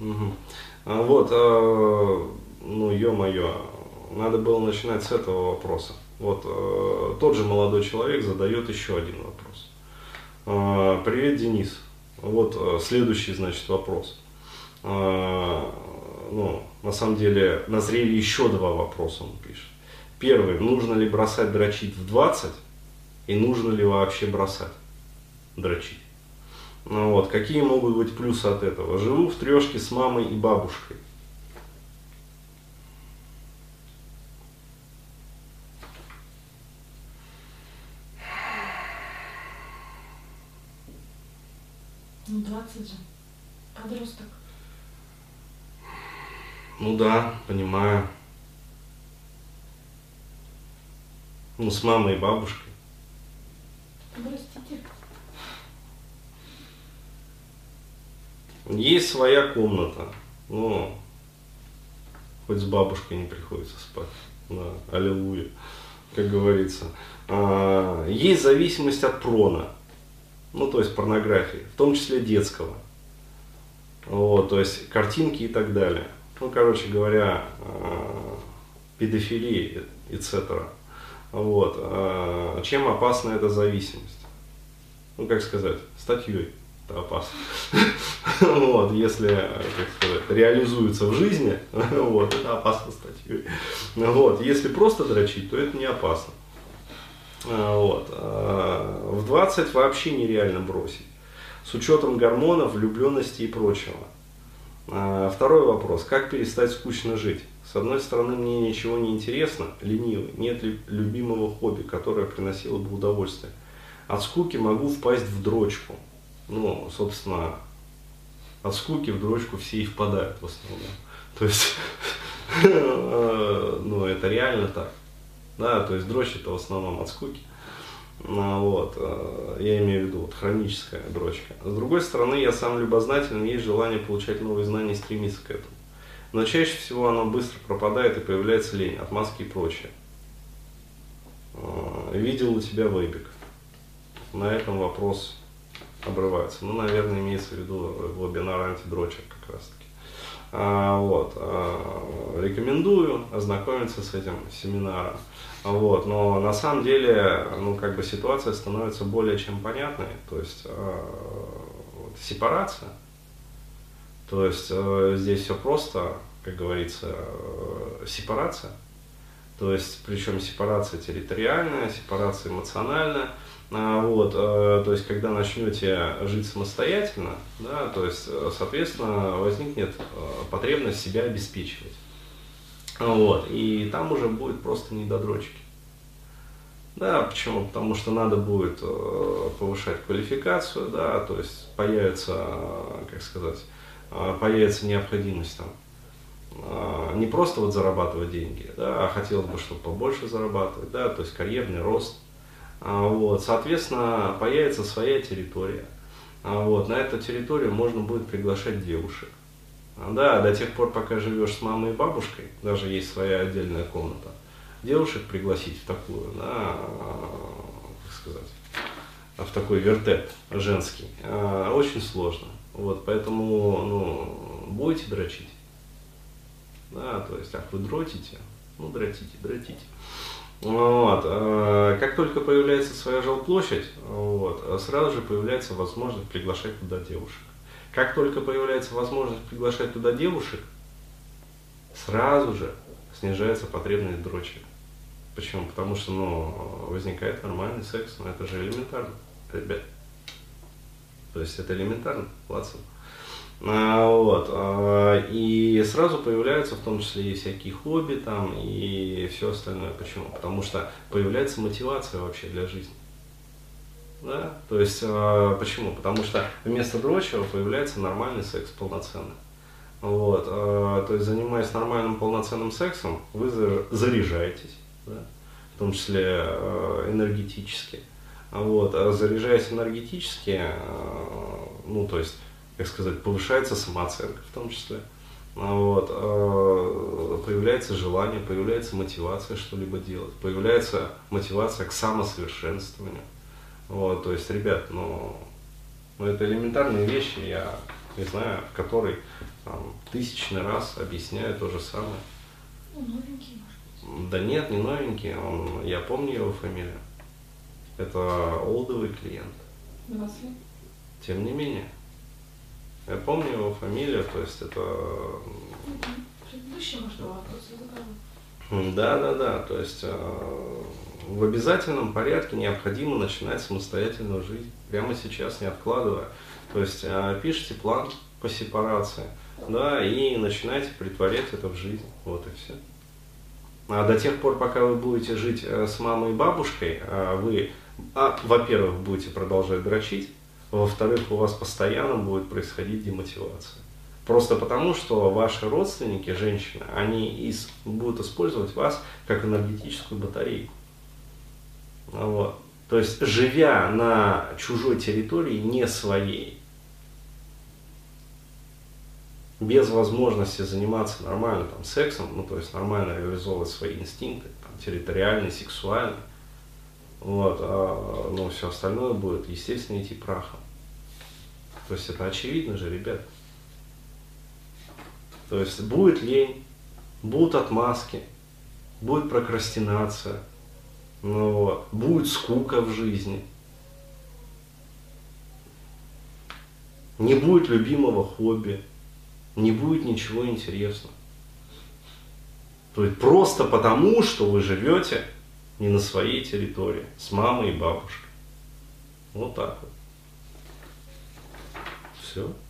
Мгм. Ну, ё-моё, надо было начинать с этого вопроса. Вот тот же молодой человек задает еще один вопрос. Привет, Денис. Вот следующий, значит, вопрос. Ну, на самом деле, назрели еще два вопроса, он пишет. Первый, нужно ли бросать дрочить в 20, и нужно ли вообще бросать дрочить? Ну, вот, какие могут быть плюсы от этого? Живу в трешке с мамой и бабушкой. Ну, 20 же. Подросток. Ну да, понимаю. Ну, с мамой и бабушкой. Простите. Есть своя комната. Ну, хоть с бабушкой не приходится спать. Да, аллилуйя, как говорится. Есть зависимость от порно. Ну, то есть порнографии, в том числе детского. Вот, то есть картинки и так далее. Ну, короче говоря, педофилия, etc. Вот. Чем опасна эта зависимость? Ну, как сказать, статьей это опасно. Вот, если, как сказать, реализуется в жизни, вот, это опасно статьей. Вот, если просто дрочить, то это не опасно. Вот. В 20 вообще нереально бросить. С учетом гормонов, влюбленности и прочего. Второй вопрос. Как перестать скучно жить? С одной стороны, мне ничего не интересно, ленивый, нет любимого хобби, которое приносило бы удовольствие. От скуки могу впасть в дрочку. Ну, собственно, от скуки в дрочку все и впадают в основном. То есть, ну, это реально так. Да, то есть дрочь это в основном от скуки. Вот, я имею в виду вот, хроническая дрочка. С другой стороны, я сам любознательный, есть желание получать новые знания и стремиться к этому. Но чаще всего оно быстро пропадает и появляется лень, отмазки и прочее. Видел у тебя вейбик. На этом вопрос обрывается. Ну, наверное, имеется в виду вебинар антидрочер как раз таки. Вот. Рекомендую ознакомиться с этим семинаром. Вот. Но на самом деле, ну, как бы ситуация становится более чем понятной. То есть вот, сепарация. То есть здесь все просто, как говорится, сепарация. То есть, причем сепарация территориальная, сепарация эмоциональная. Вот, то есть, когда начнете жить самостоятельно, да, то есть, соответственно, возникнет потребность себя обеспечивать. Вот, и там уже будет просто не до дрочки. Да, почему? Потому что надо будет повышать квалификацию, да, то есть появится, как сказать, появится необходимость там не просто вот зарабатывать деньги, да, а хотелось бы, чтобы побольше зарабатывать, да, то есть карьерный рост. Вот, соответственно, появится своя территория. Вот, на эту территорию можно будет приглашать девушек. Да, до тех пор, пока живешь с мамой и бабушкой, даже есть своя отдельная комната, девушек пригласить в такую, да, как сказать, в такой вертеп женский, очень сложно. Вот, поэтому, ну, будете дрочить. Да, то есть, вы дротите, ну, дротите. Вот. Как только появляется своя жилплощадь, вот, сразу же появляется возможность приглашать туда девушек. Как только появляется возможность приглашать туда девушек, сразу же снижается потребность дрочи. Почему? Потому что, ну, возникает нормальный секс, но это же элементарно, ребят. То есть это элементарно, Ватсон. Вот. И сразу появляются в том числе и всякие хобби там и все остальное. Почему? Потому что появляется мотивация вообще для жизни. Да? То есть почему? Потому что вместо дрочего появляется нормальный секс полноценный. Вот. То есть занимаясь нормальным полноценным сексом, вы заряжаетесь, да? В том числе энергетически. Вот. А заряжаясь энергетически, ну то есть, как сказать, повышается самооценка в том числе. Вот. Появляется желание, появляется мотивация что-либо делать, появляется мотивация к самосовершенствованию. Вот. То есть, ребят, ну это элементарные вещи, я не знаю, в которой там, тысячный раз объясняю то же самое. Ну, новенький, может быть. Да нет, не новенький, я помню его фамилию. Это олдовый клиент. 20 лет. Тем не менее, я помню его фамилию, то есть это... Предыдущий, может, был вопрос, задавал. Да, то есть в обязательном порядке необходимо начинать самостоятельную жизнь, прямо сейчас, не откладывая. То есть пишите план по сепарации, да, и начинайте притворять это в жизнь, вот и все. А до тех пор, пока вы будете жить с мамой и бабушкой, вы, во-первых, будете продолжать дрочить, во-вторых, у вас постоянно будет происходить демотивация. Просто потому, что ваши родственники, женщины, они будут использовать вас как энергетическую батарейку. Вот. То есть, живя на чужой территории, не своей, без возможности заниматься нормально там, сексом, ну то есть нормально реализовывать свои инстинкты, там, территориальные, сексуальные, вот, но все остальное будет, естественно, идти прахом. То есть это очевидно же, ребят. То есть будет лень, будут отмазки, будет прокрастинация, ну, вот, будет скука в жизни, не будет любимого хобби, не будет ничего интересного. То есть просто потому, что вы живете не на своей территории, с мамой и бабушкой. Вот так вот. Все.